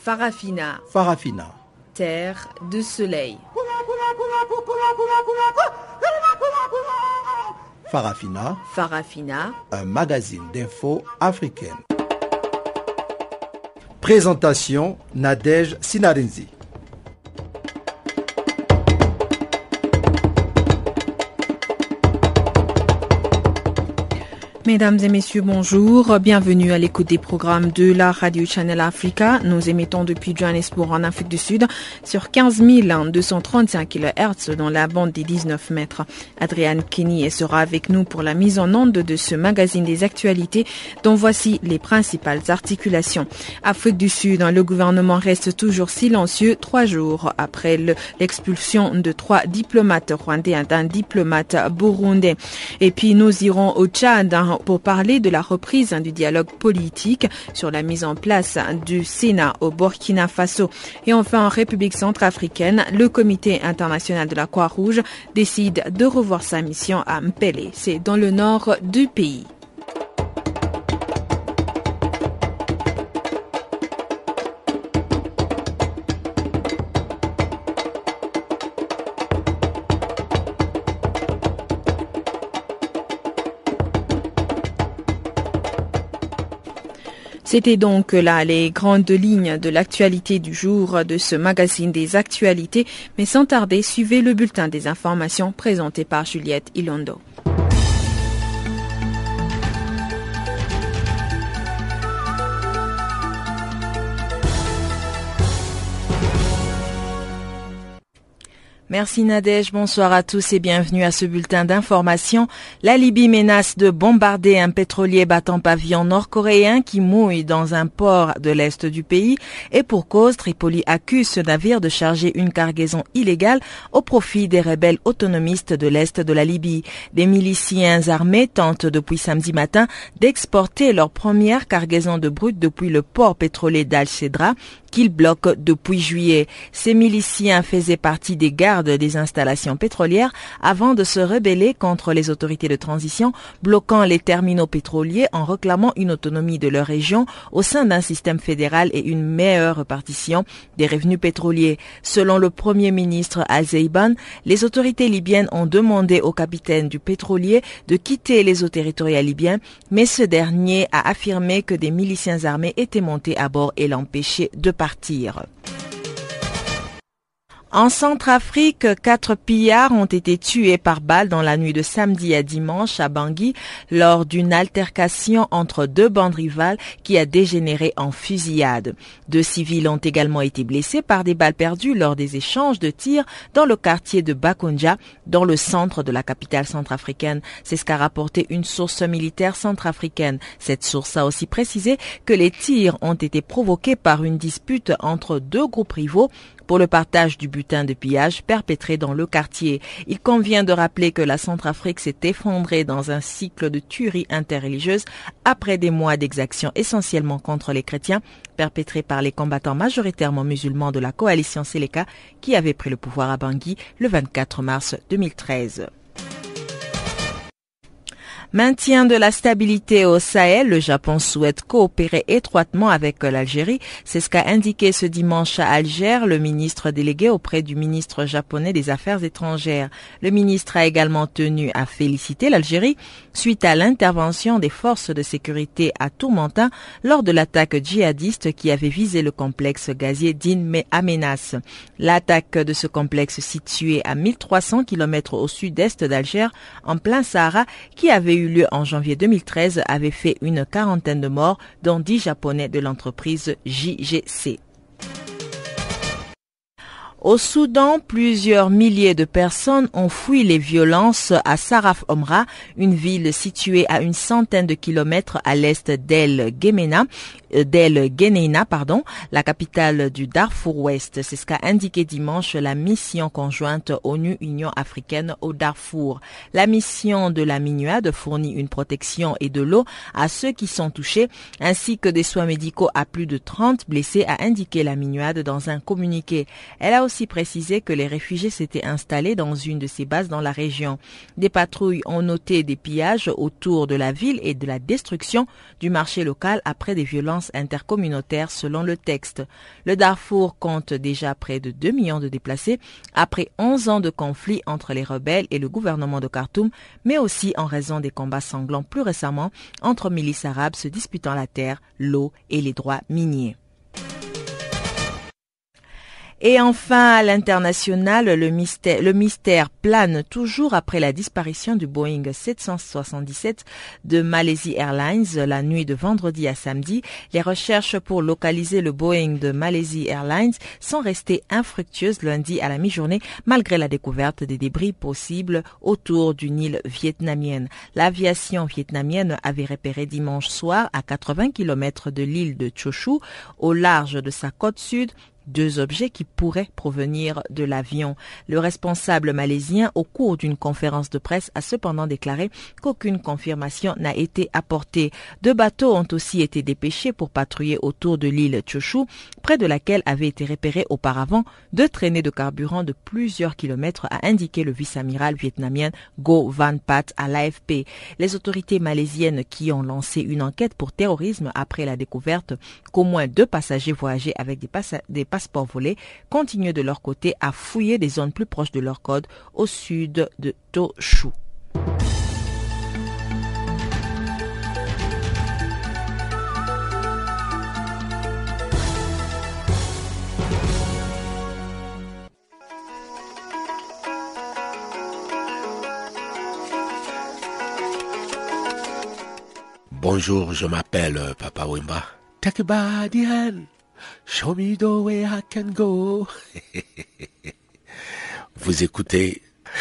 Farafina. Farafina. Terre de soleil. Farafina. Farafina. Un magazine d'infos africaine. Présentation Nadège Sinarenzi. Mesdames et messieurs, bonjour. Bienvenue à l'écoute des programmes de la Radio Channel Africa. Nous émettons depuis Johannesburg en Afrique du Sud sur 15 235 kHz dans la bande des 19 mètres. Adrienne Kenny sera avec nous pour la mise en onde de ce magazine des actualités dont voici les principales articulations. Afrique du Sud, le gouvernement reste toujours silencieux 3 jours après l'expulsion de 3 diplomates rwandais et d'un diplomate burundais. Et puis nous irons au Tchad pour parler de la reprise du dialogue politique sur la mise en place du Sénat au Burkina Faso. Et enfin, en République centrafricaine, le Comité international de la Croix-Rouge décide de revoir sa mission à Mpele. C'est dans le nord du pays. C'était donc là les grandes lignes de l'actualité du jour de ce magazine des actualités. Mais sans tarder, suivez le bulletin des informations présenté par Juliette Ilondo. Merci Nadège, bonsoir à tous et bienvenue à ce bulletin d'information. La Libye menace de bombarder un pétrolier battant pavillon nord-coréen qui mouille dans un port de l'est du pays. Et pour cause, Tripoli accuse ce navire de charger une cargaison illégale au profit des rebelles autonomistes de l'est de la Libye. Des miliciens armés tentent depuis samedi matin d'exporter leur première cargaison de brut depuis le port pétrolier d'Al-Cedra qu'ils bloquent depuis juillet. Ces miliciens faisaient partie des gardes des installations pétrolières avant de se rebeller contre les autorités de transition, bloquant les terminaux pétroliers en réclamant une autonomie de leur région au sein d'un système fédéral et une meilleure répartition des revenus pétroliers. Selon le Premier ministre Al-Zeiban, les autorités libyennes ont demandé au capitaine du pétrolier de quitter les eaux territoriales libyennes, mais ce dernier a affirmé que des miliciens armés étaient montés à bord et l'empêchaient de partir. En Centrafrique, 4 pillards ont été tués par balle dans la nuit de samedi à dimanche à Bangui lors d'une altercation entre 2 bandes rivales qui a dégénéré en fusillade. 2 civils ont également été blessés par des balles perdues lors des échanges de tirs dans le quartier de Bakonja, dans le centre de la capitale centrafricaine. C'est ce qu'a rapporté une source militaire centrafricaine. Cette source a aussi précisé que les tirs ont été provoqués par une dispute entre 2 groupes rivaux pour le partage du butin de pillage perpétré dans le quartier. Il convient de rappeler que la Centrafrique s'est effondrée dans un cycle de tueries interreligieuses après des mois d'exactions essentiellement contre les chrétiens perpétrés par les combattants majoritairement musulmans de la coalition Seleka qui avait pris le pouvoir à Bangui le 24 mars 2013. Maintien de la stabilité au Sahel, le Japon souhaite coopérer étroitement avec l'Algérie. C'est ce qu'a indiqué ce dimanche à Alger le ministre délégué auprès du ministre japonais des Affaires étrangères. Le ministre a également tenu à féliciter l'Algérie suite à l'intervention des forces de sécurité à Tourmentin lors de l'attaque djihadiste qui avait visé le complexe gazier d'In Amenas. L'attaque de ce complexe situé à 1300 km au sud-est d'Alger, en plein Sahara, qui avait eu lieu en janvier 2013, avait fait une quarantaine de morts, dont 10 Japonais de l'entreprise JGC. Au Soudan, plusieurs milliers de personnes ont fui les violences à Saraf Omra, une ville située à une centaine de kilomètres à l'est d'El Geneina, la capitale du Darfour Ouest. C'est ce qu'a indiqué dimanche la mission conjointe ONU-Union africaine au Darfour. La mission de la MINUAD fournit une protection et de l'eau à ceux qui sont touchés, ainsi que des soins médicaux à plus de 30 blessés, a indiqué la MINUAD dans un communiqué. Elle a aussi précisé que les réfugiés s'étaient installés dans une de ses bases dans la région. Des patrouilles ont noté des pillages autour de la ville et de la destruction du marché local après des violences assistance intercommunautaire selon le texte. Le Darfour compte déjà près de 2 millions de déplacés après 11 ans de conflit entre les rebelles et le gouvernement de Khartoum, mais aussi en raison des combats sanglants plus récemment entre milices arabes se disputant la terre, l'eau et les droits miniers. Et enfin, à l'international, le mystère plane toujours après la disparition du Boeing 777 de Malaysia Airlines la nuit de vendredi à samedi. Les recherches pour localiser le Boeing de Malaysia Airlines sont restées infructueuses lundi à la mi-journée malgré la découverte des débris possibles autour d'une île vietnamienne. L'aviation vietnamienne avait repéré dimanche soir à 80 km de l'île de Cho Chu, au large de sa côte sud, 2 objets qui pourraient provenir de l'avion. Le responsable malaisien, au cours d'une conférence de presse, a cependant déclaré qu'aucune confirmation n'a été apportée. 2 bateaux ont aussi été dépêchés pour patrouiller autour de l'île Cho Chu, près de laquelle avaient été repérées auparavant 2 traînées de carburant de plusieurs kilomètres, a indiqué le vice-amiral vietnamien Go Van Pat à l'AFP. Les autorités malaisiennes qui ont lancé une enquête pour terrorisme après la découverte qu'au moins 2 passagers voyageaient avec des passeports volés continuent de leur côté à fouiller des zones plus proches de leur côte au sud de To Chu. Bonjour, je m'appelle Papa Wemba. Take a body hand. Show me the way I can go. Vous écoutez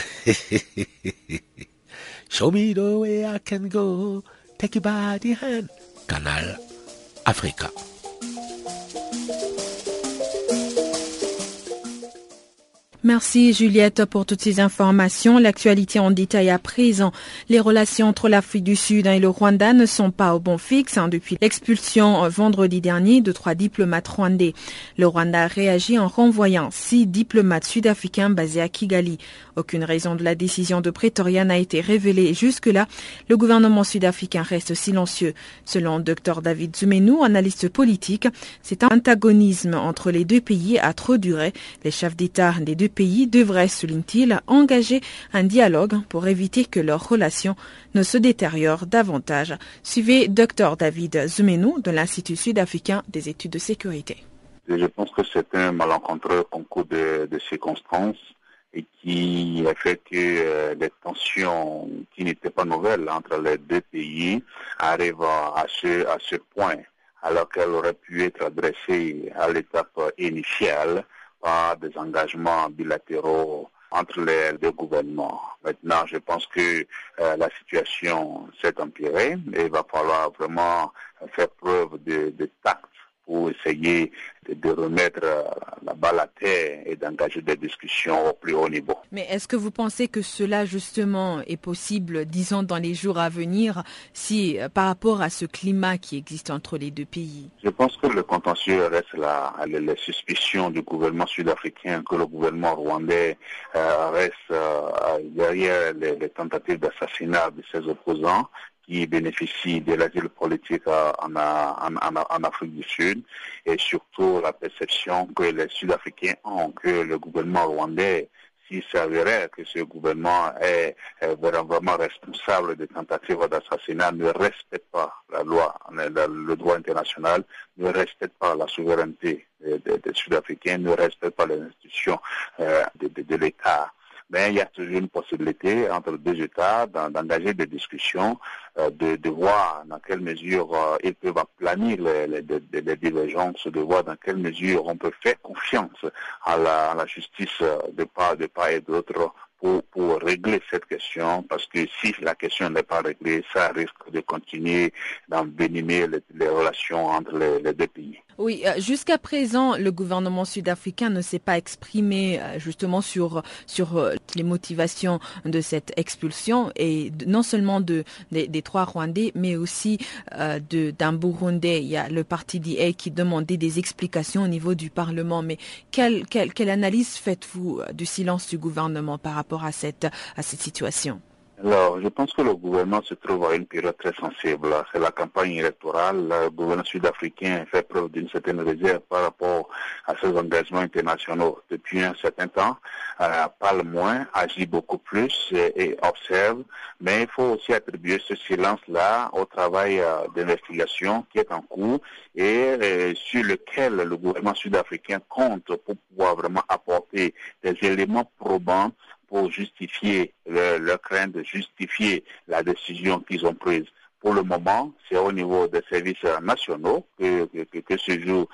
Show me the way I can go. Take it by the hand. Canal Africa. Merci Juliette pour toutes ces informations. L'actualité en détail à présent. Les relations entre l'Afrique du Sud et le Rwanda ne sont pas au bon fixe depuis l'expulsion vendredi dernier de 3 diplomates rwandais. Le Rwanda a réagi en renvoyant 6 diplomates sud-africains basés à Kigali. Aucune raison de la décision de Pretoria n'a été révélée jusque-là. Le gouvernement sud-africain reste silencieux. Selon Dr David Zumenu, analyste politique, cet antagonisme entre les 2 pays a trop duré. Les chefs d'État des 2 pays devraient, souligne-t-il, engager un dialogue pour éviter que leurs relations ne se détériorent davantage. Suivez Dr David Zumenu de l'Institut sud-africain des études de sécurité. Je pense que c'est un malencontreux concours de circonstances et qui a fait que les tensions qui n'étaient pas nouvelles entre les 2 pays arrivent à ce point, alors qu'elles auraient pu être adressées à l'étape initiale par des engagements bilatéraux entre les 2 gouvernements. Maintenant, je pense que la situation s'est empirée et il va falloir vraiment faire preuve de tact pour essayer de remettre la balle à terre et d'engager des discussions au plus haut niveau. Mais est-ce que vous pensez que cela justement est possible, disons, dans les jours à venir, si par rapport à ce climat qui existe entre les 2 pays? Je pense que le contentieux reste là. Les suspicions du gouvernement sud-africain que le gouvernement rwandais reste derrière les tentatives d'assassinat de ses opposants qui bénéficient de l'asile politique en Afrique du Sud, et surtout la perception que les Sud-Africains ont que le gouvernement rwandais, s'il s'avérait que ce gouvernement est vraiment responsable des tentatives d'assassinat, ne respecte pas la loi, le droit international, ne respecte pas la souveraineté des Sud-Africains, ne respecte pas les institutions de l'État. Mais il y a toujours une possibilité entre 2 États d'engager des discussions, de voir dans quelle mesure ils peuvent aplanir les divergences, de voir dans quelle mesure on peut faire confiance à la justice de part et d'autre pour régler cette question, parce que si la question n'est pas réglée, ça risque de continuer d'envenimer les relations entre les 2 pays. Oui, jusqu'à présent, le gouvernement sud-africain ne s'est pas exprimé justement sur les motivations de cette expulsion, et non seulement des 3 Rwandais, mais aussi d'un Burundais. Il y a le parti DA qui demandait des explications au niveau du Parlement. Mais quelle analyse faites-vous du silence du gouvernement par rapport à cette situation? Alors, je pense que le gouvernement se trouve à une période très sensible. C'est la campagne électorale. Le gouvernement sud-africain fait preuve d'une certaine réserve par rapport à ses engagements internationaux depuis un certain temps. Parle moins, agit beaucoup plus et observe. Mais il faut aussi attribuer ce silence-là au travail d'investigation qui est en cours et sur lequel le gouvernement sud-africain compte pour pouvoir vraiment apporter des éléments probants pour justifier leur crainte de justifier la décision qu'ils ont prise. Pour le moment, c'est au niveau des services nationaux que se joue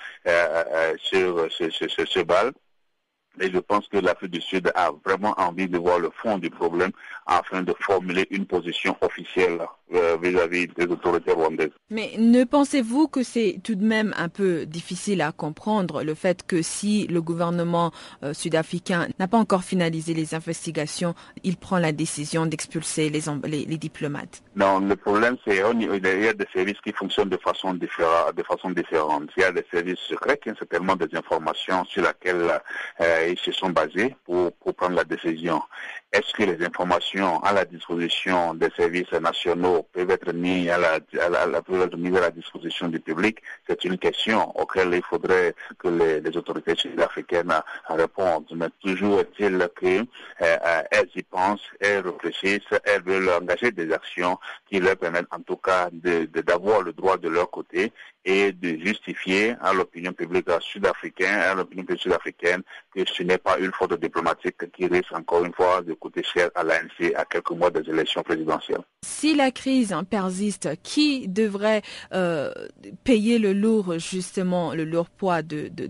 sur ce bal. Et je pense que l'Afrique du Sud a vraiment envie de voir le fond du problème afin de formuler une position officielle vis-à-vis des autorités rwandaises. Mais ne pensez-vous que c'est tout de même un peu difficile à comprendre le fait que si le gouvernement sud-africain n'a pas encore finalisé les investigations, il prend la décision d'expulser les diplomates? Non, le problème c'est qu'il y a des services qui fonctionnent de façon différente. Il y a des services secrets qui ont certainement des informations sur lesquelles ils se sont basés pour prendre la décision. Est-ce que les informations à la disposition des services nationaux peuvent être mises à la disposition du public? C'est une question auquel il faudrait que les autorités sud-africaines répondent. Mais toujours est-il qu'elles y pensent, elles réfléchissent, elles veulent engager des actions qui leur permettent en tout cas d'avoir le droit de leur côté et de justifier à l'opinion publique sud-africaine, que ce n'est pas une faute diplomatique qui risque encore une fois de coûter cher à l'ANC à quelques mois des élections présidentielles. Si la crise persiste, qui devrait payer le lourd poids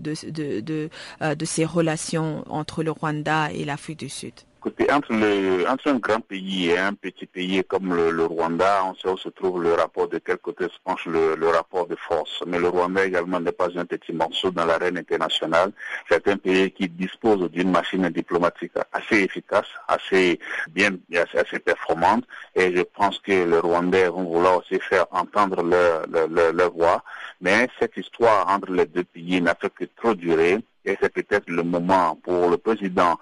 de ces relations entre le Rwanda et l'Afrique du Sud? Écoutez, entre un grand pays et un petit pays comme le Rwanda, on sait où se trouve le rapport, de quel côté se penche le rapport de force. Mais le Rwanda également n'est pas un petit morceau dans l'arène internationale. C'est un pays qui dispose d'une machine diplomatique assez efficace, assez performante. Et je pense que les Rwandais vont vouloir aussi faire entendre leur voix. Mais cette histoire entre les deux pays n'a fait que trop durer. Et c'est peut-être le moment pour le président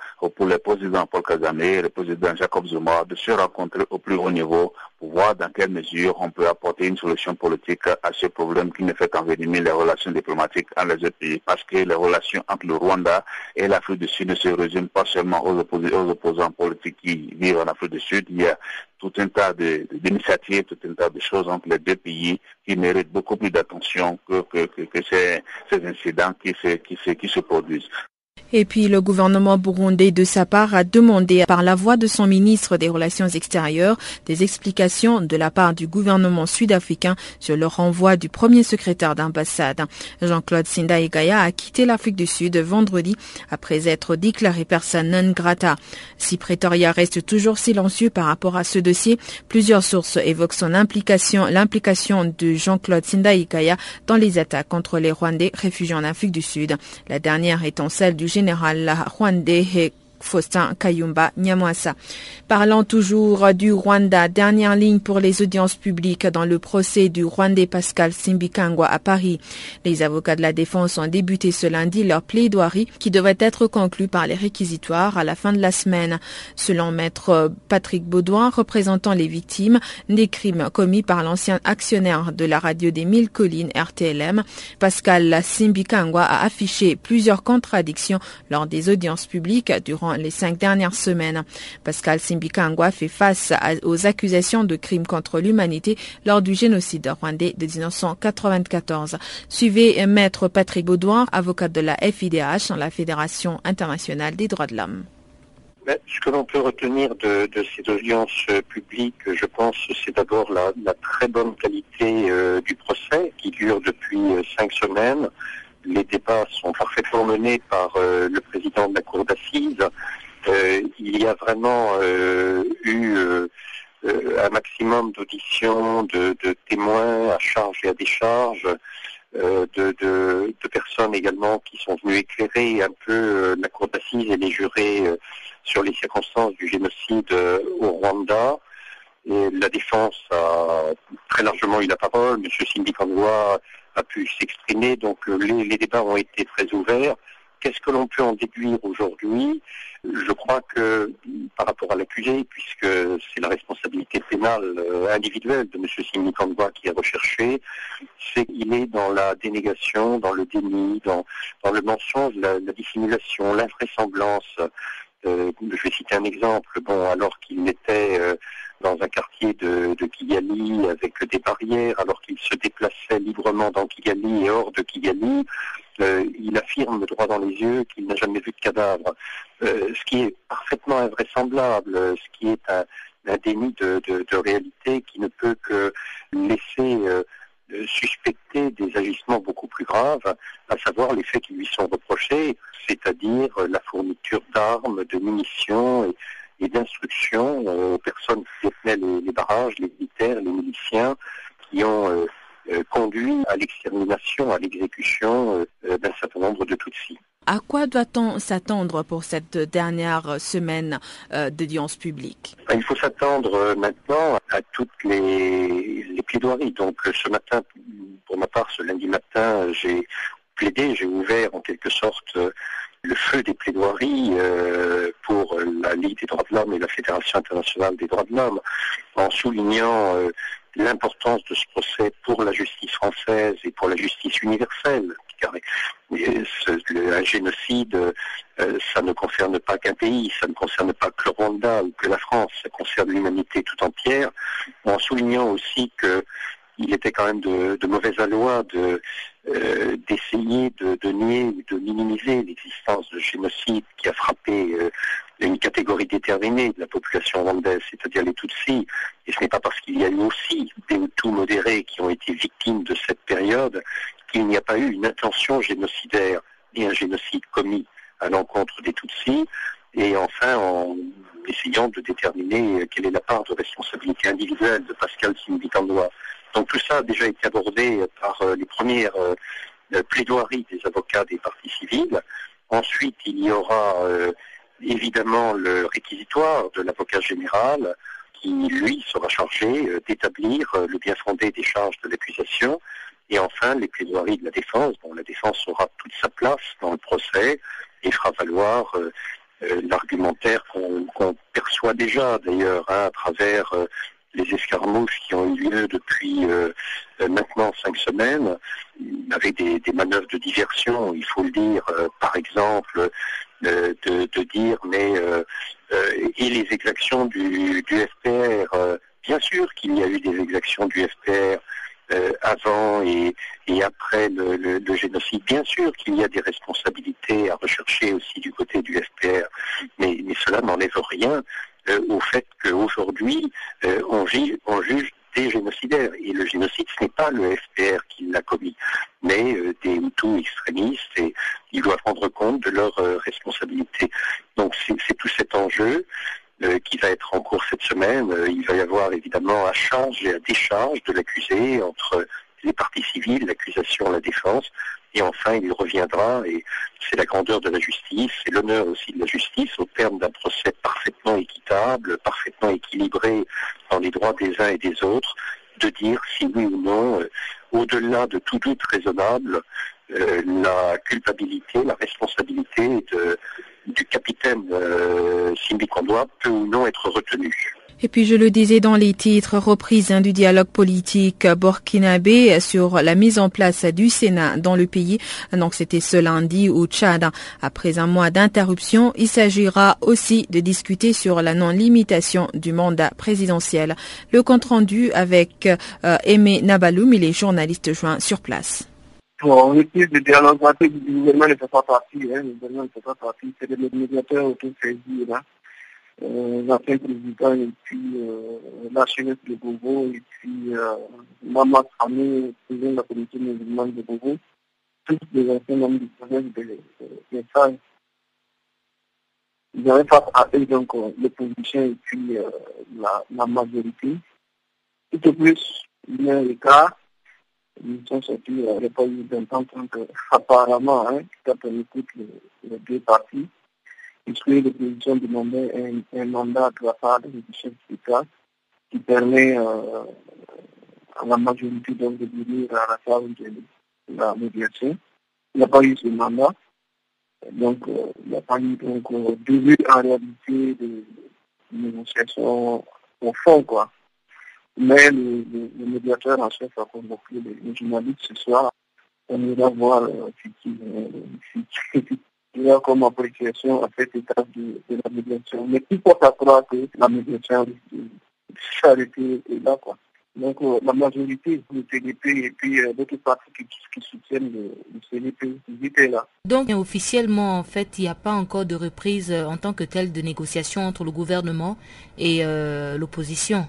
Paul Kagame et le président Jacob Zuma de se rencontrer au plus haut niveau pour voir dans quelle mesure on peut apporter une solution politique à ce problème qui ne fait qu'envenimer les relations diplomatiques entre les deux pays. Parce que les relations entre le Rwanda et l'Afrique du Sud ne se résument pas seulement aux opposants politiques qui vivent en Afrique du Sud. Il y a tout un tas d'initiatives, tout un tas de choses entre les deux pays qui méritent beaucoup plus d'attention que ces incidents qui se produisent. Et puis le gouvernement burundais de sa part a demandé par la voix de son ministre des Relations extérieures des explications de la part du gouvernement sud-africain sur le renvoi du premier secrétaire d'ambassade. Jean-Claude Sindayigaya a quitté l'Afrique du Sud vendredi après être déclaré persona non grata. Si Pretoria reste toujours silencieux par rapport à ce dossier, plusieurs sources évoquent l'implication de Jean-Claude Sindayigaya dans les attaques contre les Rwandais réfugiés en Afrique du Sud. La dernière étant celle du général rwandais Faustin Kayumba Nyamwasa. Parlant toujours du Rwanda, dernière ligne pour les audiences publiques dans le procès du Rwandais Pascal Simbikangwa à Paris. Les avocats de la défense ont débuté ce lundi leur plaidoirie qui devrait être conclue par les réquisitoires à la fin de la semaine. Selon maître Patrick Baudouin, représentant les victimes des crimes commis par l'ancien actionnaire de la radio des Mille Collines RTLM, Pascal Simbikangwa a affiché plusieurs contradictions lors des audiences publiques durant les 5 dernières semaines. Pascal Simbikangwa fait face aux accusations de crimes contre l'humanité lors du génocide rwandais de 1994. Suivez maître Patrick Baudouin, avocat de la FIDH, la Fédération internationale des droits de l'homme. Ce que l'on peut retenir de ces audiences publiques, je pense, c'est d'abord la très bonne qualité du procès qui dure depuis 5 semaines. Les débats sont parfaitement menés par le président de la cour d'assises. Il y a vraiment eu un maximum d'auditions, de témoins à charge et à décharge, de personnes également qui sont venues éclairer un peu la cour d'assises et les jurés sur les circonstances du génocide au Rwanda. Et la défense a très largement eu la parole. M. Simbikangwa a pu s'exprimer, donc les débats ont été très ouverts. Qu'est-ce que l'on peut en déduire aujourd'hui? Je crois que par rapport à l'accusé, puisque c'est la responsabilité pénale individuelle de M. Simi Kandwa qui est recherché, c'est qu'il est dans la dénégation, dans le déni, dans le mensonge, la dissimulation, l'invraisemblance. Je vais citer un exemple. Bon, alors qu'il était dans un quartier de Kigali avec des barrières, alors qu'il se déplaçait librement dans Kigali et hors de Kigali, il affirme droit dans les yeux qu'il n'a jamais vu de cadavre. Ce qui est parfaitement invraisemblable, ce qui est un déni de réalité qui ne peut que laisser suspecter des agissements beaucoup plus graves, à savoir les faits qui lui sont reprochés, c'est-à-dire la fourniture d'armes, de munitions et d'instructions aux personnes qui détenaient les barrages, les militaires, les miliciens, qui ont conduit à l'extermination, à l'exécution d'un certain nombre de Tutsis. À quoi doit-on s'attendre pour cette dernière semaine d'audience publique? Il faut s'attendre maintenant à toutes les plaidoiries. Donc ce matin, pour ma part, ce lundi matin, j'ai plaidé, j'ai ouvert en quelque sorte le feu des plaidoiries pour la Ligue des droits de l'homme et la Fédération internationale des droits de l'homme, en soulignant l'importance de ce procès pour la justice française et pour la justice universelle. Car un génocide, ça ne concerne pas qu'un pays, ça ne concerne pas que le Rwanda ou que la France, ça concerne l'humanité tout entière, en soulignant aussi que il était quand même de mauvaise aloi d'essayer de nier ou de minimiser l'existence de génocide qui a frappé une catégorie déterminée de la population rwandaise, c'est-à-dire les Tutsis. Et ce n'est pas parce qu'il y a eu aussi des Hutus modérés qui ont été victimes de cette période qu'il n'y a pas eu une intention génocidaire et un génocide commis à l'encontre des Tutsis. Et enfin, en essayant de déterminer quelle est la part de responsabilité individuelle de Pascal Simi Kandwa. Donc tout ça a déjà été abordé par les premières plaidoiries des avocats des parties civiles. Ensuite, il y aura évidemment le réquisitoire de l'avocat général qui, lui, sera chargé d'établir le bien fondé des charges de l'accusation. Et enfin, les plaidoiries de la défense. Bon, la défense aura toute sa place dans le procès et fera valoir l'argumentaire qu'on perçoit déjà, d'ailleurs, à travers les escarmouches qui ont eu lieu depuis maintenant 5 semaines, avec des manœuvres de diversion, il faut le dire, par exemple, de dire, mais et les exactions du FPR, bien sûr qu'il y a eu des exactions du FPR avant et après le génocide, bien sûr qu'il y a des responsabilités à rechercher aussi du côté du FPR, mais cela n'enlève rien au fait qu'aujourd'hui, on juge des génocidaires. Et le génocide, ce n'est pas le FPR qui l'a commis, mais des Hutus extrémistes, et ils doivent rendre compte de leurs responsabilités. Donc c'est tout cet enjeu qui va être en cours cette semaine. Il va y avoir évidemment à charge et à décharge de l'accusé entre les parties civiles, l'accusation, la défense. Et enfin, il reviendra, et c'est la grandeur de la justice, c'est l'honneur aussi de la justice, au terme d'un procès parfaitement équitable, parfaitement équilibré dans les droits des uns et des autres, de dire si oui ou non, au-delà de tout doute raisonnable, la culpabilité, la responsabilité du capitaine Simi Kandwa peut ou non être retenue. Et puis je le disais dans les titres, reprise du dialogue politique burkinabé sur la mise en place du Sénat dans le pays. Donc c'était ce lundi au Tchad. Après un mois d'interruption, il s'agira aussi de discuter sur la non-limitation du mandat présidentiel. Le compte rendu avec Aimé Nabaloum, il est journaliste joint sur place. Bon, l'équipe de dialogue du gouvernement ne fait pas partie. Le gouvernement ne fait pas partie. C'est le médiateur autosaisi là. L'ancien président et puis la jeunesse de Bobo et puis Maman Samé, président de la communauté musulmane de Bobo, tous les anciens membres du collège des sages. Ils avaient face à eux donc l'opposition et puis la majorité. Tout au plus, il y a un écart. Ils sont sortis, il n'y a pas eu d'entente apparemment, qui a permis toutes les deux parties. Puisque l'opposition demandait un mandat de la part du chef d'État qui permet à la majorité donc de venir à la table de la médiation. Il n'y a pas eu ce mandat. Donc, il n'y a pas eu début en réalité de négociations au fond, quoi. Mais le médiateur en chef a convoqué les journalistes ce soir. On ira voir ce qu'il y a comme appréciation à cette étape de la médiation. Mais tout porte à croire que la médiation s'arrêter là, quoi. Donc la majorité du CDP et puis d'autres partis qui soutiennent le CDP, ils étaient là. Donc officiellement, en fait, il n'y a pas encore de reprise en tant que telle de négociation entre le gouvernement et l'opposition.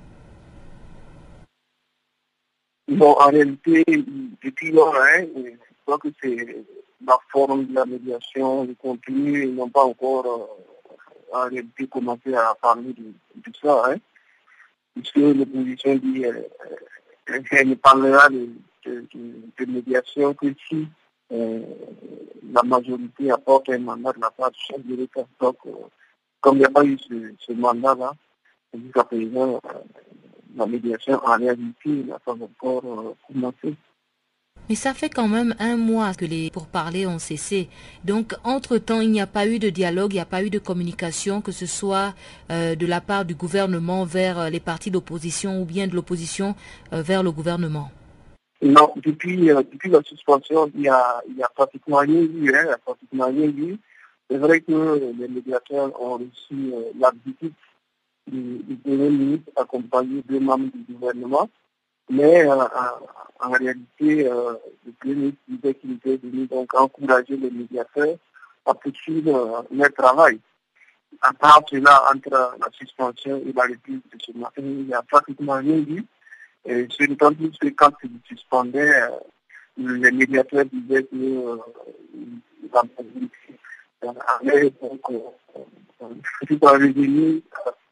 Bon, en réalité, depuis lors, je crois que c'est la forme de la médiation, le contenu, ils n'ont pas encore en réalité commencé à parler de ça, puisque l'opposition dit qu'elle ne parlera de médiation que si la majorité apporte un mandat de la part du chef de l'État. Donc, comme il n'y a pas eu ce mandat-là, jusqu'à présent, la médiation en réalité n'a pas encore commencé. Mais ça fait quand même 1 mois que les pourparlers ont cessé. Donc, entre-temps, il n'y a pas eu de dialogue, il n'y a pas eu de communication, que ce soit de la part du gouvernement vers les partis d'opposition ou bien de l'opposition vers le gouvernement. Non, depuis la suspension, il y a pratiquement rien eu, C'est vrai que les médiateurs ont reçu la visite du Premier ministre accompagné de membres du gouvernement. Mais en réalité, le Premier ministre disait qu'il était venu donc encourager les médiateurs à poursuivre leur travail. À part cela, entre la suspension et la reprise de ce matin, il n'y a pratiquement rien eu. Et c'est d'autant plus que quand ils suspendaient, les médiateurs disaient que la majorité allait donc tout en revenir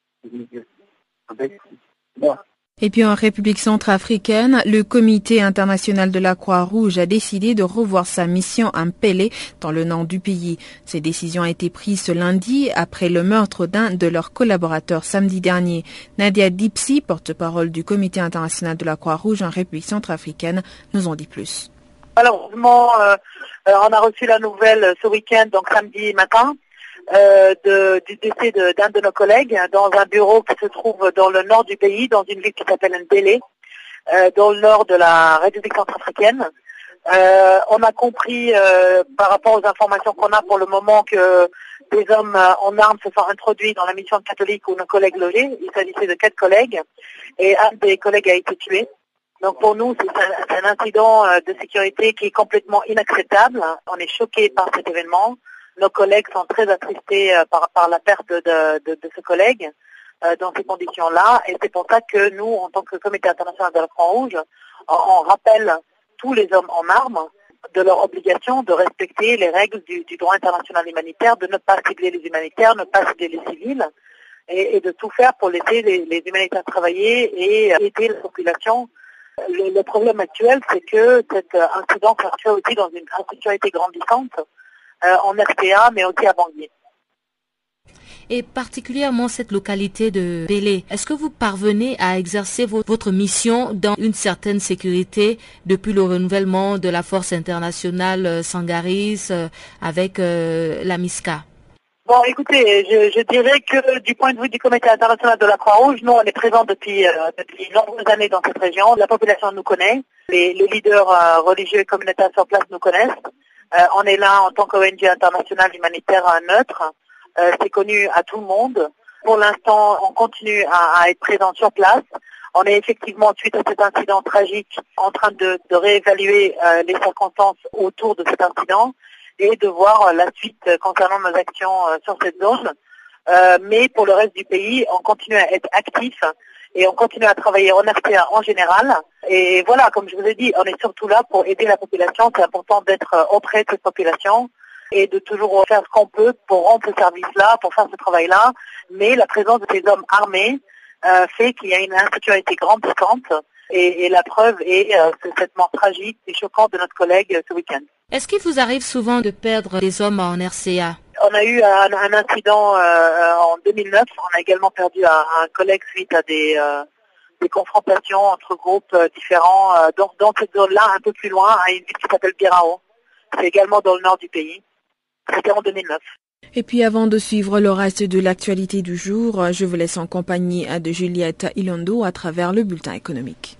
avec ça. Et puis en République centrafricaine, le Comité international de la Croix-Rouge a décidé de revoir sa mission à Mpélé, dans le nord du pays. Cette décision a été prise ce lundi après le meurtre d'un de leurs collaborateurs samedi dernier. Nadia Dipsy, porte-parole du Comité international de la Croix-Rouge en République centrafricaine, nous en dit plus. Malheureusement, on a reçu la nouvelle ce week-end, donc samedi matin, du décès d'un de nos collègues dans un bureau qui se trouve dans le nord du pays, dans une ville qui s'appelle Mpélé, dans le nord de la République centrafricaine. On a compris par rapport aux informations qu'on a pour le moment que des hommes en armes se sont introduits dans la mission catholique où nos collègues logeaient. Il s'agissait de 4 collègues et un des collègues a été tué. Donc pour nous, c'est un incident de sécurité qui est complètement inacceptable. On est choqués par cet événement. Nos collègues sont très attristés par la perte de ce collègue dans ces conditions-là. Et c'est pour ça que nous, en tant que Comité international de la Croix-Rouge, on rappelle tous les hommes en armes de leur obligation de respecter les règles du droit international humanitaire, de ne pas cibler les humanitaires, ne pas cibler les civils, et de tout faire pour laisser les humanitaires travailler et aider la population. Le problème actuel, c'est que cet incident s'inscrit aussi dans une insécurité grandissante en RTA, mais aussi à Bangui. Et particulièrement cette localité de Mpélé, est-ce que vous parvenez à exercer votre mission dans une certaine sécurité depuis le renouvellement de la force internationale Sangaris avec la MISCA? Bon, écoutez, je dirais que du point de vue du Comité international de la Croix-Rouge, nous, on est présents depuis nombreuses années dans cette région. La population nous connaît, les leaders religieux et communautaires sur place nous connaissent. On est là en tant qu'ONG internationale humanitaire neutre. C'est connu à tout le monde. Pour l'instant, on continue à être présent sur place. On est effectivement, suite à cet incident tragique, en train de réévaluer les circonstances autour de cet incident et de voir la suite concernant nos actions sur cette zone. Mais pour le reste du pays, on continue à être actif et on continue à travailler en RTA en général. Et voilà, comme je vous ai dit, on est surtout là pour aider la population. C'est important d'être auprès de cette population et de toujours faire ce qu'on peut pour rendre ce service-là, pour faire ce travail-là. Mais la présence de ces hommes armés fait qu'il y a une insécurité grandissante. Et la preuve est cette mort tragique et choquante de notre collègue ce week-end. Est-ce qu'il vous arrive souvent de perdre des hommes en RCA? On a eu un incident en 2009. On a également perdu un collègue suite à des confrontations entre groupes différents dans cette zone-là, un peu plus loin, à une ville qui s'appelle Birao. C'est également dans le nord du pays. C'était en 2009. Et puis avant de suivre le reste de l'actualité du jour, je vous laisse en compagnie de Juliette Ilondo à travers le bulletin économique.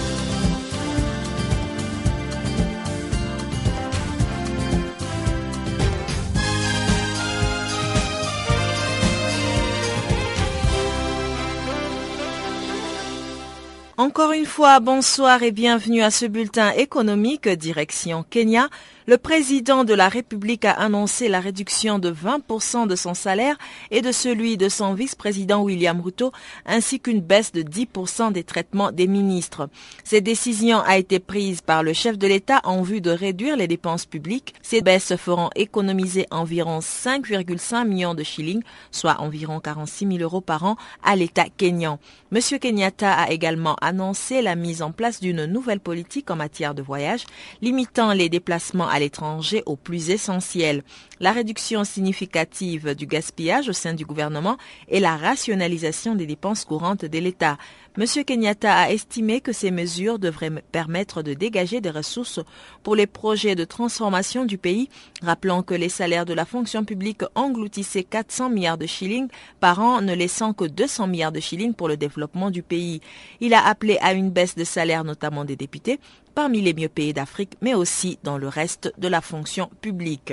Encore une fois, bonsoir et bienvenue à ce bulletin économique direction Kenya. Le président de la République a annoncé la réduction de 20% de son salaire et de celui de son vice-président William Ruto, ainsi qu'une baisse de 10% des traitements des ministres. Cette décision a été prise par le chef de l'État en vue de réduire les dépenses publiques. Ces baisses feront économiser environ 5,5 millions de shillings, soit environ 46 000 euros par an, à l'État kényan. Monsieur Kenyatta a également annoncé la mise en place d'une nouvelle politique en matière de voyage, limitant les déplacements à l'étranger au plus essentiel. La réduction significative du gaspillage au sein du gouvernement et la rationalisation des dépenses courantes de l'État. Monsieur Kenyatta a estimé que ces mesures devraient permettre de dégager des ressources pour les projets de transformation du pays, rappelant que les salaires de la fonction publique engloutissaient 400 milliards de shillings par an, ne laissant que 200 milliards de shillings pour le développement du pays. Il a appelé à une baisse de salaire, notamment des députés, parmi les mieux payés d'Afrique, mais aussi dans le reste de la fonction publique.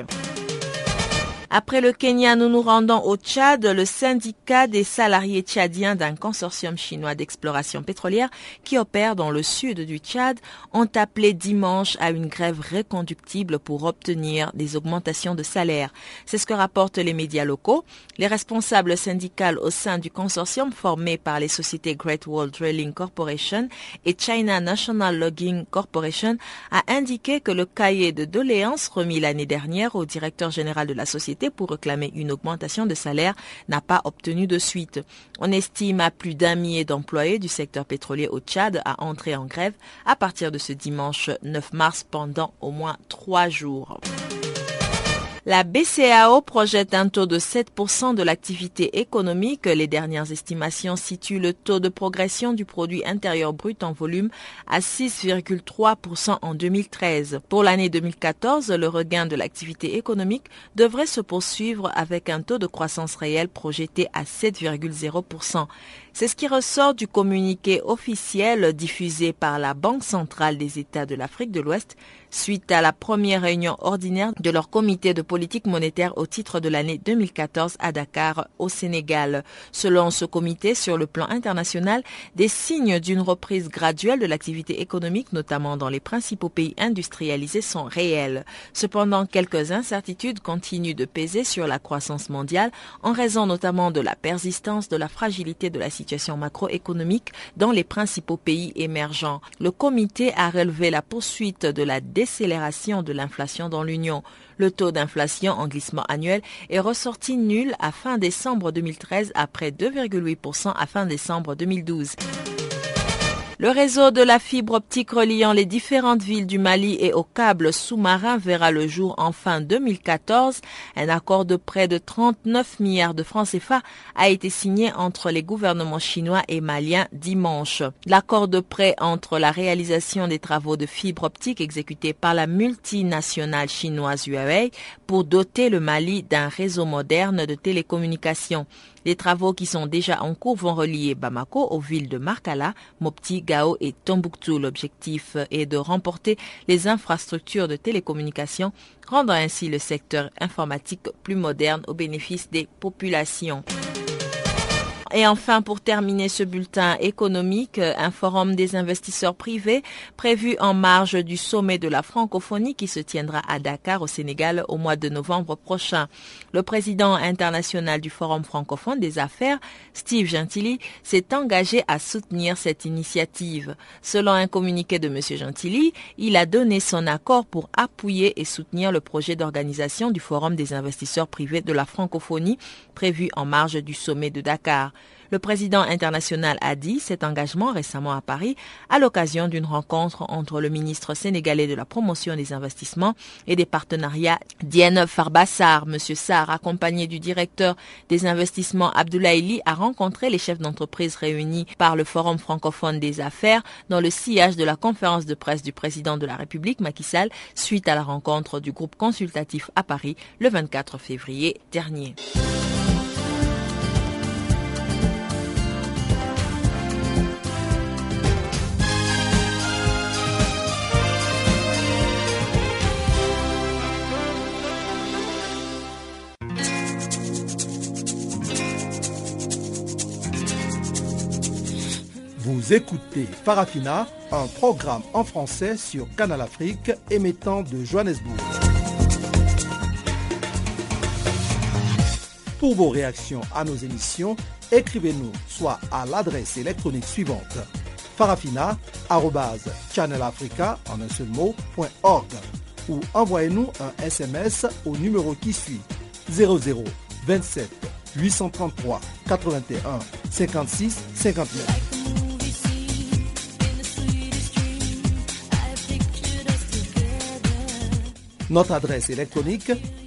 Après le Kenya, nous nous rendons au Tchad. Le syndicat des salariés tchadiens d'un consortium chinois d'exploration pétrolière qui opère dans le sud du Tchad ont appelé dimanche à une grève reconductible pour obtenir des augmentations de salaire. C'est ce que rapportent les médias locaux. Les responsables syndicales au sein du consortium formé par les sociétés Great Wall Drilling Corporation et China National Logging Corporation a indiqué que le cahier de doléances remis l'année dernière au directeur général de la société pour réclamer une augmentation de salaire n'a pas obtenu de suite. On estime à plus d'1 millier d'employés du secteur pétrolier au Tchad à entrer en grève à partir de ce dimanche 9 mars pendant au moins 3 jours. La BCEAO projette un taux de 7% de l'activité économique. Les dernières estimations situent le taux de progression du produit intérieur brut en volume à 6,3% en 2013. Pour l'année 2014, le regain de l'activité économique devrait se poursuivre avec un taux de croissance réelle projeté à 7,0%. C'est ce qui ressort du communiqué officiel diffusé par la Banque centrale des États de l'Afrique de l'Ouest suite à la première réunion ordinaire de leur comité de politique monétaire au titre de l'année 2014 à Dakar, au Sénégal. Selon ce comité, sur le plan international, des signes d'une reprise graduelle de l'activité économique, notamment dans les principaux pays industrialisés, sont réels. Cependant, quelques incertitudes continuent de peser sur la croissance mondiale en raison notamment de la persistance de la fragilité de la situation macroéconomique dans les principaux pays émergents. Le comité a relevé la poursuite de la décélération de l'inflation dans l'Union. Le taux d'inflation en glissement annuel est ressorti nul à fin décembre 2013 après 2,8% à fin décembre 2012. Le réseau de la fibre optique reliant les différentes villes du Mali et au câble sous-marin verra le jour en fin 2014. Un accord de près de 39 milliards de francs CFA a été signé entre les gouvernements chinois et maliens dimanche. L'accord de prêt entre la réalisation des travaux de fibre optique exécutés par la multinationale chinoise Huawei pour doter le Mali d'un réseau moderne de télécommunications. Les travaux qui sont déjà en cours vont relier Bamako aux villes de Markala, Mopti, Gao et Tombouctou. L'objectif est de remporter les infrastructures de télécommunications, rendant ainsi le secteur informatique plus moderne au bénéfice des populations. Et enfin, pour terminer ce bulletin économique, un forum des investisseurs privés prévu en marge du sommet de la francophonie qui se tiendra à Dakar au Sénégal au mois de novembre prochain. Le président international du Forum francophone des affaires, Steve Gentili, s'est engagé à soutenir cette initiative. Selon un communiqué de M. Gentili, il a donné son accord pour appuyer et soutenir le projet d'organisation du Forum des investisseurs privés de la francophonie prévu en marge du sommet de Dakar. Le président international a dit cet engagement récemment à Paris à l'occasion d'une rencontre entre le ministre sénégalais de la promotion des investissements et des partenariats Diène Farba Sarr. Monsieur Sarr, accompagné du directeur des investissements Abdoulaye Ly, a rencontré les chefs d'entreprise réunis par le Forum francophone des affaires dans le sillage de la conférence de presse du président de la République, Macky Sall, suite à la rencontre du groupe consultatif à Paris le 24 février dernier. Vous écoutez Farafina, un programme en français sur Canal Afrique émettant de Johannesburg. Pour vos réactions à nos émissions, écrivez-nous soit à l'adresse électronique suivante farafina@channelafrica en un seul mot.org ou envoyez-nous un SMS au numéro qui suit 00 27 833 81 56 59. Notre adresse électronique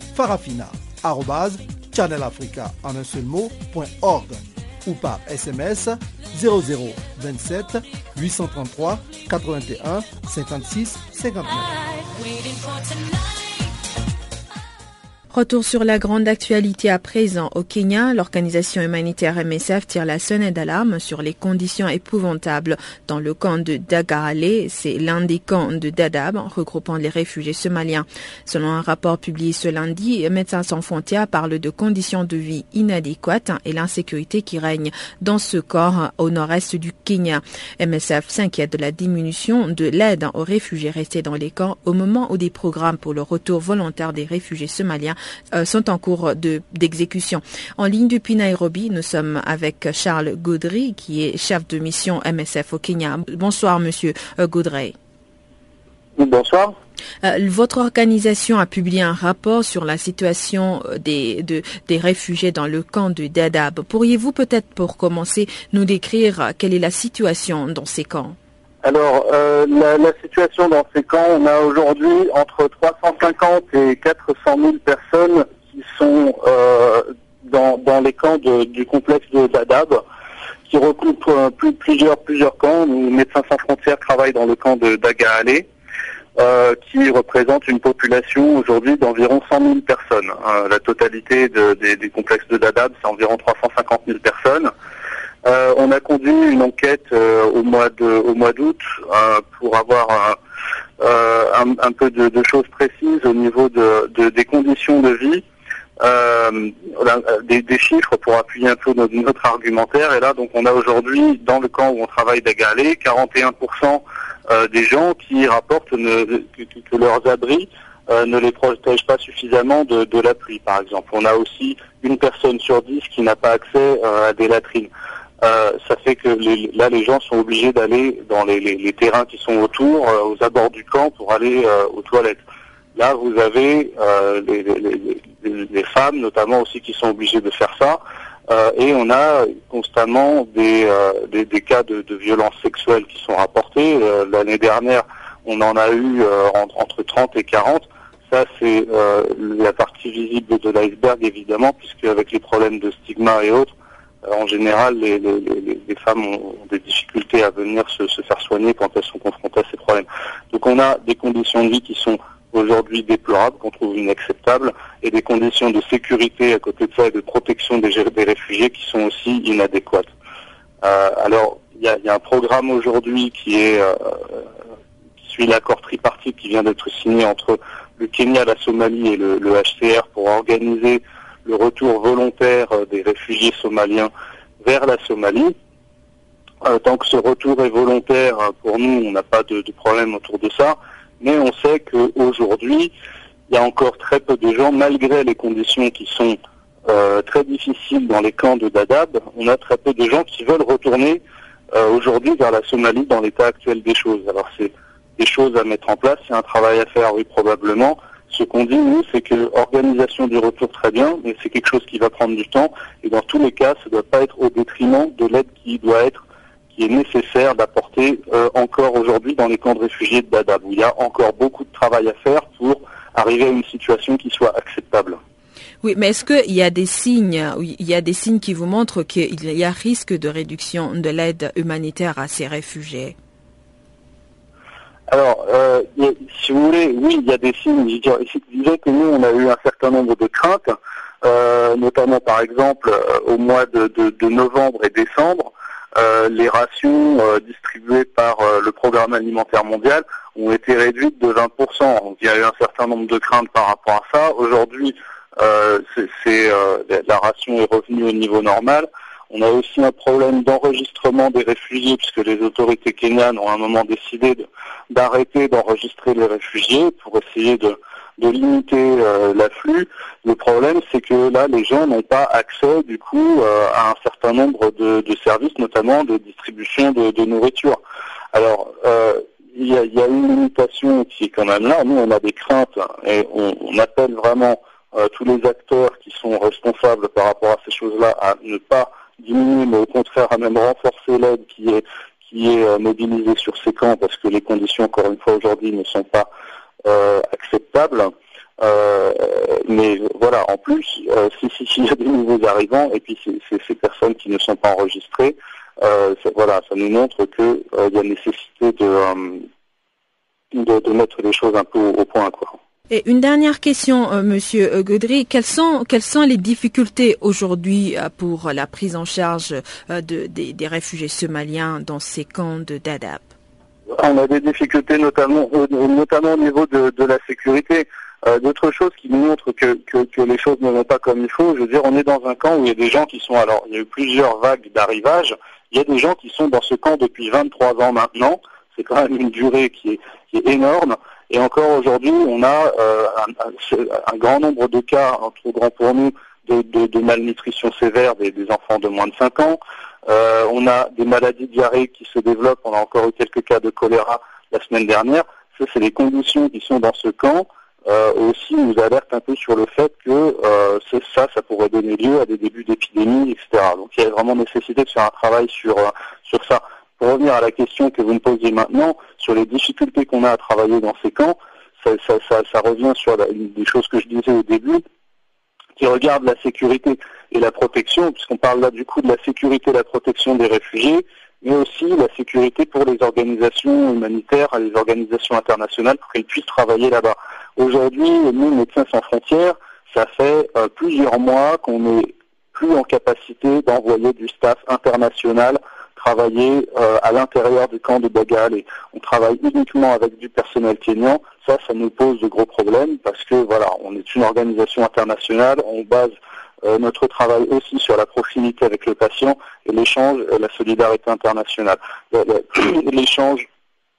farafina@channelafrica en un seul mot.org ou par SMS 0027 833 81 56 59. Retour sur la grande actualité à présent. Au Kenya, l'organisation humanitaire MSF tire la sonnette d'alarme sur les conditions épouvantables dans le camp de Dagale. C'est l'un des camps de Dadaab regroupant les réfugiés somaliens. Selon un rapport publié ce lundi, Médecins sans frontières parle de conditions de vie inadéquates et l'insécurité qui règne dans ce camp au nord-est du Kenya. MSF s'inquiète de la diminution de l'aide aux réfugiés restés dans les camps au moment où des programmes pour le retour volontaire des réfugiés somaliens sont en cours d'exécution. En ligne depuis Nairobi, nous sommes avec Charles Gaudry, qui est chef de mission MSF au Kenya. Bonsoir, monsieur Gaudry. Bonsoir. Votre organisation a publié un rapport sur la situation des réfugiés dans le camp de Dadaab. Pourriez-vous peut-être, pour commencer, nous décrire quelle est la situation dans ces camps? Alors, la situation dans ces camps, on a aujourd'hui entre 350 et 400 000 personnes qui sont dans les camps du complexe de Dadaab, qui recoupent plusieurs camps. Médecins sans frontières travaillent dans le camp de Dagale, qui représente une population aujourd'hui d'environ 100 000 personnes. La totalité des complexes de Dadaab, c'est environ 350 000 personnes. On a conduit une enquête au mois d'août pour avoir un peu de choses précises au niveau des conditions de vie, des chiffres pour appuyer un peu notre argumentaire. Et là, donc, on a aujourd'hui, dans le camp où on travaille d'Agale, 41% des gens qui rapportent que leurs abris ne les protègent pas suffisamment de la pluie, par exemple. On a aussi 1 personne sur 10 qui n'a pas accès à des latrines. Ça fait que les gens sont obligés d'aller dans les terrains qui sont autour, aux abords du camp, pour aller aux toilettes. Là, vous avez les femmes, notamment aussi, qui sont obligées de faire ça. Et on a constamment des cas de violences sexuelles qui sont rapportés. L'année dernière, on en a eu entre 30 et 40. Ça, c'est la partie visible de l'iceberg, évidemment, puisque avec les problèmes de stigma et autres, en général, les femmes ont des difficultés à venir se faire soigner quand elles sont confrontées à ces problèmes. Donc on a des conditions de vie qui sont aujourd'hui déplorables, qu'on trouve inacceptables, et des conditions de sécurité à côté de ça et de protection des réfugiés qui sont aussi inadéquates. Alors, il y a un programme aujourd'hui qui suit l'accord tripartite qui vient d'être signé entre le Kenya, la Somalie et le HCR pour organiser le retour volontaire des réfugiés somaliens vers la Somalie. Tant que ce retour est volontaire, pour nous, on n'a pas de problème autour de ça. Mais on sait qu'aujourd'hui, il y a encore très peu de gens, malgré les conditions qui sont très difficiles dans les camps de Dadaab, on a très peu de gens qui veulent retourner aujourd'hui vers la Somalie dans l'état actuel des choses. Alors c'est des choses à mettre en place, c'est un travail à faire, oui, probablement, Ce qu'on dit, nous, c'est que organisation du retour, très bien, mais c'est quelque chose qui va prendre du temps. Et dans tous les cas, ça ne doit pas être au détriment de l'aide qui est nécessaire d'apporter encore aujourd'hui dans les camps de réfugiés de Dadaab, où il y a encore beaucoup de travail à faire pour arriver à une situation qui soit acceptable. Oui, mais est-ce qu'il y a des signes qui vous montrent qu'il y a risque de réduction de l'aide humanitaire à ces réfugiés? Alors, si vous voulez, oui, il y a des signes. Je disais que nous, on a eu un certain nombre de craintes, notamment par exemple au mois de novembre et décembre. Les rations distribuées par le Programme alimentaire mondial ont été réduites de 20%. Donc il y a eu un certain nombre de craintes par rapport à ça. Aujourd'hui, la ration est revenue au niveau normal. On a aussi un problème d'enregistrement des réfugiés puisque les autorités kenyanes ont à un moment décidé d'arrêter d'enregistrer les réfugiés pour essayer de limiter l'afflux. Le problème, c'est que là, les gens n'ont pas accès, du coup, à un certain nombre de services, notamment de distribution de nourriture. Alors, il y a une limitation qui est quand même là. Nous, on a des craintes et on appelle vraiment tous les acteurs qui sont responsables par rapport à ces choses-là à ne pas diminuer, mais au contraire à même renforcer l'aide qui est mobilisée sur ces camps parce que les conditions, encore une fois, aujourd'hui ne sont pas acceptable. Mais voilà, en plus, s'il y a des nouveaux arrivants et puis ces personnes qui ne sont pas enregistrées, ça nous montre que il y a nécessité de mettre les choses un peu au point, quoi. Et une dernière question, Monsieur Godry, quelles sont les difficultés aujourd'hui pour la prise en charge des réfugiés somaliens dans ces camps de Dadaab? On a des difficultés notamment au niveau de la sécurité. D'autres choses qui nous montrent que les choses ne vont pas comme il faut. Je veux dire, on est dans un camp où il y a des gens qui sont... Alors, il y a eu plusieurs vagues d'arrivage. Il y a des gens qui sont dans ce camp depuis 23 ans maintenant. C'est quand même une durée qui est énorme. Et encore aujourd'hui, on a un grand nombre de cas, trop grand pour nous, de malnutrition sévère des enfants de moins de 5 ans. On a des maladies diarrhéiques qui se développent. On a encore eu quelques cas de choléra la semaine dernière. Ça, c'est les conditions qui sont dans ce camp. Aussi nous alerte un peu sur le fait que ça pourrait donner lieu à des débuts d'épidémie, etc. Donc il y a vraiment nécessité de faire un travail sur ça. Pour revenir à la question que vous me posiez maintenant, sur les difficultés qu'on a à travailler dans ces camps, ça revient sur des choses que je disais au début, qui regardent la sécurité et la protection, puisqu'on parle là du coup de la sécurité et la protection des réfugiés, mais aussi la sécurité pour les organisations humanitaires et les organisations internationales pour qu'elles puissent travailler là-bas. Aujourd'hui, nous, Médecins sans frontières, ça fait plusieurs mois qu'on n'est plus en capacité d'envoyer du staff international travailler à l'intérieur du camp de Bagal et on travaille uniquement avec du personnel kényan. Ça nous pose de gros problèmes parce que voilà, on est une organisation internationale, on base notre travail aussi sur la proximité avec le patient et l'échange, la solidarité internationale. L'échange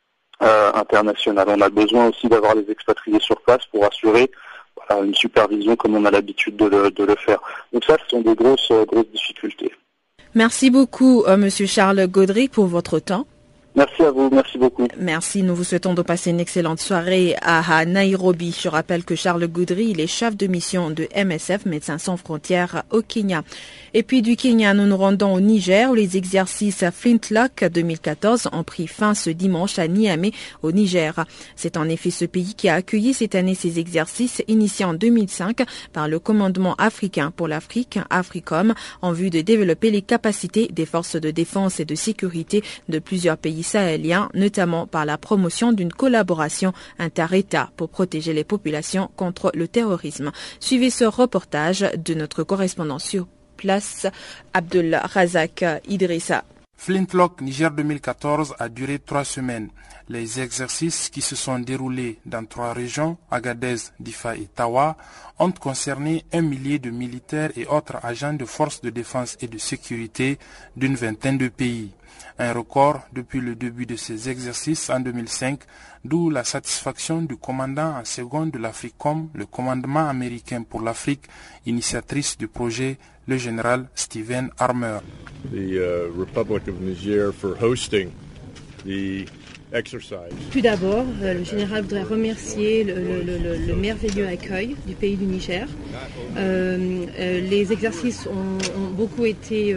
international. On a besoin aussi d'avoir les expatriés sur place pour assurer une supervision comme on a l'habitude de le faire. Donc ça, ce sont des grosses difficultés. Merci beaucoup, Monsieur Charles Godry, pour votre temps. Merci à vous, merci beaucoup. Merci, nous vous souhaitons de passer une excellente soirée à Nairobi. Je rappelle que Charles Godry, il est chef de mission de MSF, Médecins sans frontières, au Kenya. Et puis du Kenya, nous nous rendons au Niger où les exercices Flintlock 2014 ont pris fin ce dimanche à Niamey, au Niger. C'est en effet ce pays qui a accueilli cette année ces exercices initiés en 2005 par le commandement africain pour l'Afrique, AFRICOM, en vue de développer les capacités des forces de défense et de sécurité de plusieurs pays sahéliens, notamment par la promotion d'une collaboration inter-États pour protéger les populations contre le terrorisme. Suivez ce reportage de notre correspondant sur place, Abdul Razak Idrissa. Flintlock Niger 2014 a duré 3 semaines. Les exercices qui se sont déroulés dans 3 régions, Agadez, Difa et Tawa, ont concerné 1 millier de militaires et autres agents de forces de défense et de sécurité d'une vingtaine de pays. Un record depuis le début de ces exercices en 2005, d'où la satisfaction du commandant en second de l'AFRICOM, le commandement américain pour l'Afrique, initiatrice du projet, le général Stephen Armour. The Republic of Niger for hosting the Tout d'abord, le général voudrait remercier le merveilleux accueil du pays du Niger. Les exercices ont beaucoup été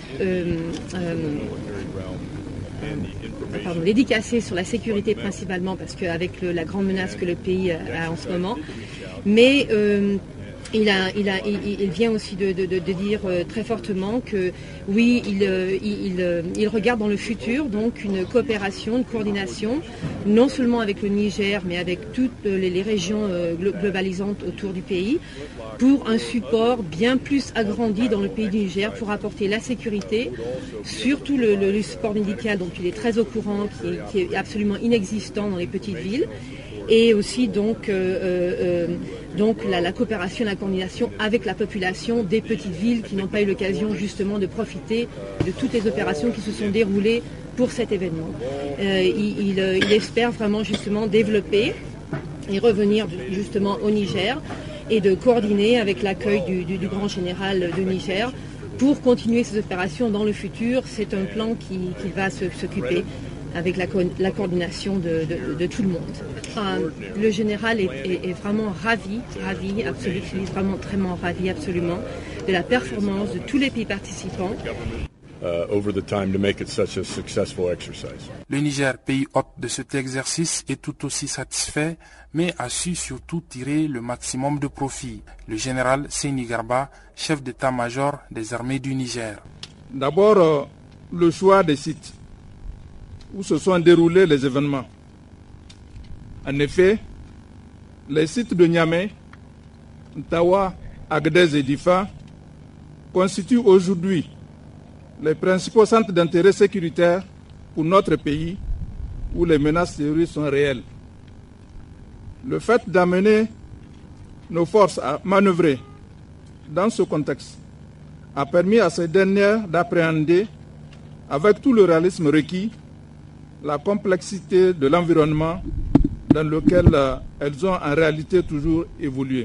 dédicacés sur la sécurité principalement, parce qu'avec la grande menace que le pays a en ce moment. Mais il vient aussi de dire très fortement que oui, il regarde dans le futur donc une coopération, une coordination, non seulement avec le Niger, mais avec toutes les régions globalisantes autour du pays, pour un support bien plus agrandi dans le pays du Niger pour apporter la sécurité, surtout le support médical dont il est très au courant, qui est absolument inexistant dans les petites villes. Et aussi donc la coopération, la coordination avec la population des petites villes qui n'ont pas eu l'occasion justement de profiter de toutes les opérations qui se sont déroulées pour cet événement. Il espère vraiment justement développer et revenir justement au Niger et de coordonner avec l'accueil du grand général de Niger pour continuer ces opérations dans le futur. C'est un plan qui va s'occuper avec la coordination de tout le monde. Le général est vraiment ravi, absolument, vraiment très ravi absolument de la performance de tous les pays participants. Le Niger, pays hôte de cet exercice, est tout aussi satisfait, mais a su surtout tirer le maximum de profit. Le général Seyni Garba, chef d'état-major des armées du Niger. D'abord, le choix des sites où se sont déroulés les événements. En effet, les sites de Niamey, Tawa, Agadez et Difa constituent aujourd'hui les principaux centres d'intérêt sécuritaire pour notre pays où les menaces terroristes sont réelles. Le fait d'amener nos forces à manœuvrer dans ce contexte a permis à ces dernières d'appréhender avec tout le réalisme requis la complexité de l'environnement dans lequel elles ont en réalité toujours évolué.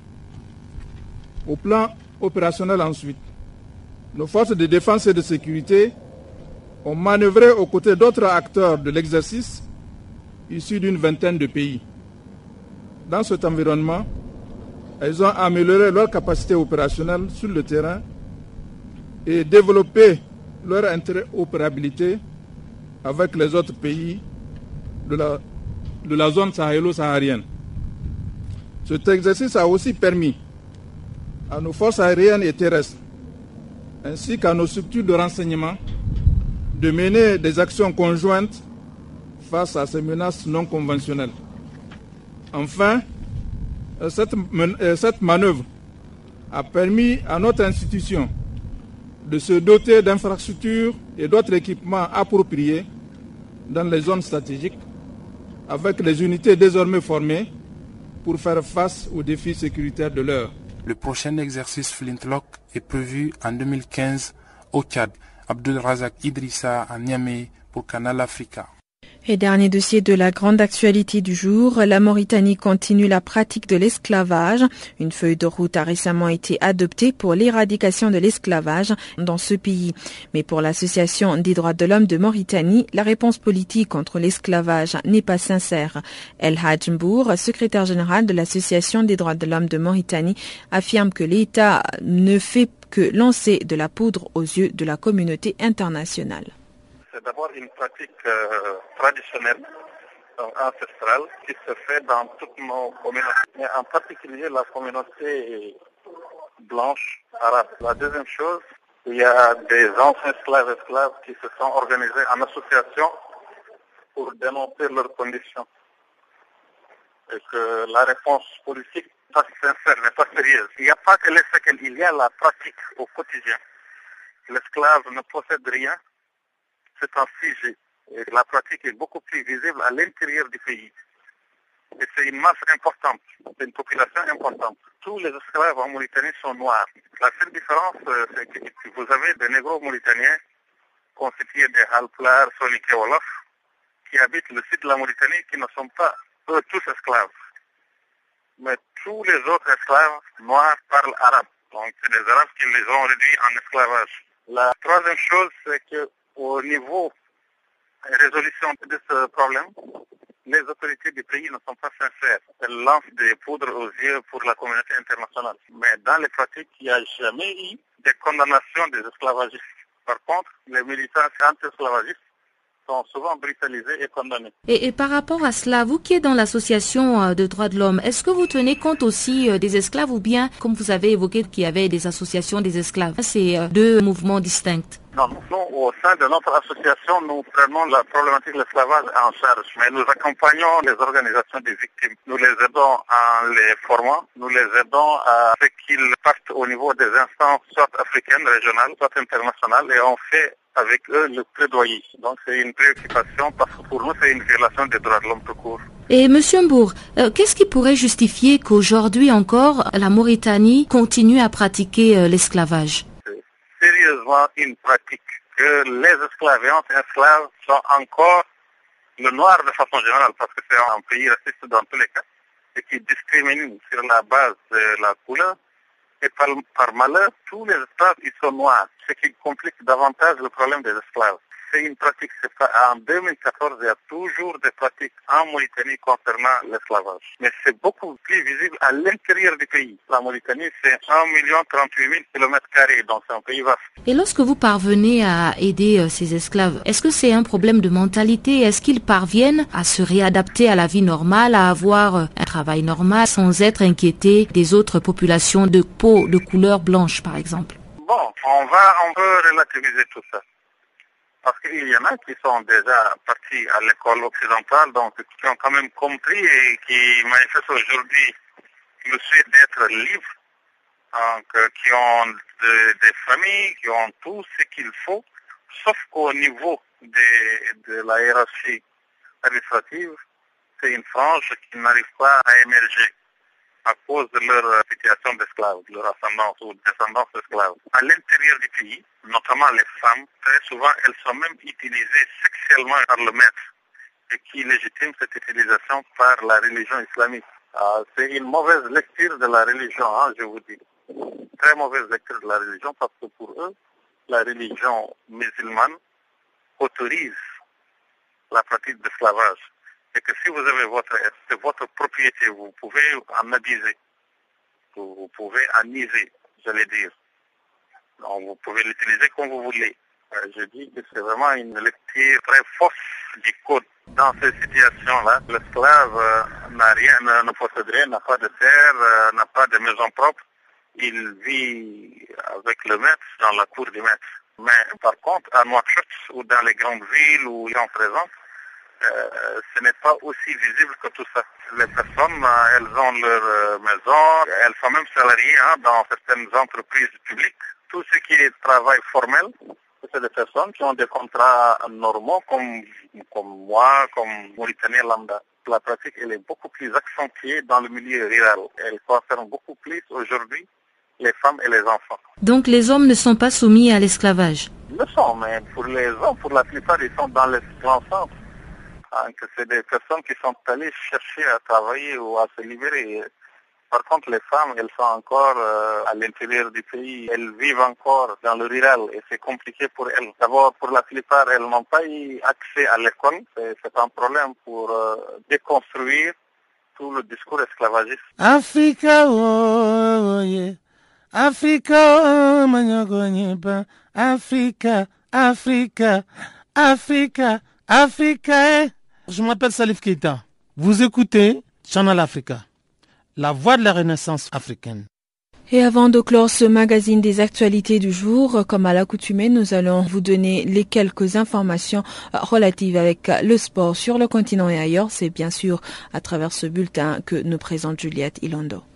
Au plan opérationnel ensuite, nos forces de défense et de sécurité ont manœuvré aux côtés d'autres acteurs de l'exercice issus d'une vingtaine de pays. Dans cet environnement, elles ont amélioré leur capacité opérationnelle sur le terrain et développé leur interopérabilité avec les autres pays de la zone sahélo-saharienne. Cet exercice a aussi permis à nos forces aériennes et terrestres, ainsi qu'à nos structures de renseignement, de mener des actions conjointes face à ces menaces non conventionnelles. Enfin, cette manœuvre a permis à notre institution de se doter d'infrastructures et d'autres équipements appropriés dans les zones stratégiques, avec les unités désormais formées pour faire face aux défis sécuritaires de l'heure. Le prochain exercice Flintlock est prévu en 2015 au Tchad. Abdul Razak Idrissa à Niamey pour Canal Africa. Et dernier dossier de la grande actualité du jour, la Mauritanie continue la pratique de l'esclavage. Une feuille de route a récemment été adoptée pour l'éradication de l'esclavage dans ce pays. Mais pour l'Association des droits de l'homme de Mauritanie, la réponse politique contre l'esclavage n'est pas sincère. El Hadj Mbour, secrétaire général de l'Association des droits de l'homme de Mauritanie, affirme que l'État ne fait que lancer de la poudre aux yeux de la communauté internationale. C'est d'abord une pratique traditionnelle, ancestrale, qui se fait dans toutes nos communautés, mais en particulier la communauté blanche arabe. La deuxième chose, il y a des anciens esclaves qui se sont organisés en association pour dénoncer leurs conditions. Et que la réponse politique n'est pas sincère, n'est pas sérieuse. Il n'y a pas que les séquelles, il y a la pratique au quotidien. L'esclave ne possède rien. C'est un figé. Et la pratique est beaucoup plus visible à l'intérieur du pays. Et c'est une masse importante, c'est une population importante. Tous les esclaves en Mauritanie sont noirs. La seule différence, c'est que vous avez des négros mauritaniens constitués des Halplar, Sonik et Wolof, qui habitent le sud de la Mauritanie, qui ne sont pas, eux, tous esclaves. Mais tous les autres esclaves noirs parlent arabe. Donc c'est les arabes qui les ont réduits en esclavage. La troisième chose, c'est que au niveau résolution de ce problème, les autorités du pays ne sont pas sincères. Elles lancent des poudres aux yeux pour la communauté internationale. Mais dans les pratiques, il n'y a jamais eu de condamnation des esclavagistes. Par contre, les militants anti-esclavagistes sont souvent brutalisés et condamnés. Et par rapport à cela, vous qui êtes dans l'association de droits de l'homme, est-ce que vous tenez compte aussi des esclaves ou bien, comme vous avez évoqué qu'il y avait des associations des esclaves, c'est deux mouvements distincts? Non, nous, au sein de notre association, nous prenons la problématique de l'esclavage en charge, mais nous accompagnons les organisations des victimes. Nous les aidons en les formant, nous les aidons à ce qu'ils partent au niveau des instances, soit africaines, régionales, soit internationales, et on fait avec eux le plaidoyer. Donc c'est une préoccupation parce que pour nous c'est une violation des droits de l'homme tout court. Et Monsieur Mbour, qu'est-ce qui pourrait justifier qu'aujourd'hui encore la Mauritanie continue à pratiquer l'esclavage? C'est sérieusement une pratique que les esclaves et anti-esclaves sont encore le noir de façon générale parce que c'est un pays raciste dans tous les cas et qui discrimine sur la base de la couleur. Et par malheur, tous les esclaves, ils sont noirs, ce qui complique davantage le problème des esclaves. C'est une pratique, en 2014, il y a toujours des pratiques en Mauritanie concernant l'esclavage. Mais c'est beaucoup plus visible à l'intérieur du pays. La Mauritanie, c'est 1 038 000 km², donc c'est un pays vaste. Et lorsque vous parvenez à aider ces esclaves, est-ce que c'est un problème de mentalité? Est-ce qu'ils parviennent à se réadapter à la vie normale, à avoir un travail normal sans être inquiétés des autres populations de peau de couleur blanche, par exemple? Bon, on peut relativiser tout ça. Parce qu'il y en a qui sont déjà partis à l'école occidentale, donc qui ont quand même compris et qui manifestent aujourd'hui le souhait d'être libres, donc qui ont des familles, qui ont tout ce qu'il faut, sauf qu'au niveau de la hiérarchie administrative, c'est une frange qui n'arrive pas à émerger à cause de leur situation d'esclaves, de leur ascendance ou descendance d'esclaves. À l'intérieur du pays, notamment les femmes, très souvent, elles sont même utilisées sexuellement par le maître et qui légitime cette utilisation par la religion islamique. C'est une mauvaise lecture de la religion, je vous dis. Très mauvaise lecture de la religion parce que pour eux, la religion musulmane autorise la pratique d'esclavage. Et que si vous avez votre propriété, vous pouvez en abuser, vous pouvez en user, j'allais dire. Donc, vous pouvez l'utiliser comme vous voulez. Je dis que c'est vraiment une lecture très fausse du code. Dans ces situations-là, l'esclave n'a rien, ne possède rien, n'a pas de terre, n'a pas de maison propre. Il vit avec le maître dans la cour du maître. Mais par contre, à Nouakchott ou dans les grandes villes où ils sont présents, ce n'est pas aussi visible que tout ça. Les personnes, elles ont leur maison, elles sont même salariées dans certaines entreprises publiques. Tout ce qui est travail formel, c'est des personnes qui ont des contrats normaux comme moi, comme Mauritanien lambda. La pratique, elle est beaucoup plus accentuée dans le milieu rural. Elle concerne beaucoup plus aujourd'hui les femmes et les enfants. Donc les hommes ne sont pas soumis à l'esclavage? Ils le sont, mais pour les hommes, pour la plupart, ils sont dans l'esclavage. Que c'est des personnes qui sont allées chercher à travailler ou à se libérer. Par contre, les femmes, elles sont encore à l'intérieur du pays. Elles vivent encore dans le rural et c'est compliqué pour elles. D'abord, pour la plupart, elles n'ont pas eu accès à l'école. C'est un problème pour déconstruire tout le discours esclavagiste. Africa, oh, yeah. Africa, oh, Africa, Africa, Africa, Africa. Je m'appelle Salif Keita. Vous écoutez Channel Africa, la voix de la Renaissance africaine. Et avant de clore ce magazine des actualités du jour, comme à l'accoutumée, nous allons vous donner les quelques informations relatives avec le sport sur le continent et ailleurs. C'est bien sûr à travers ce bulletin que nous présente Juliette Ilondo.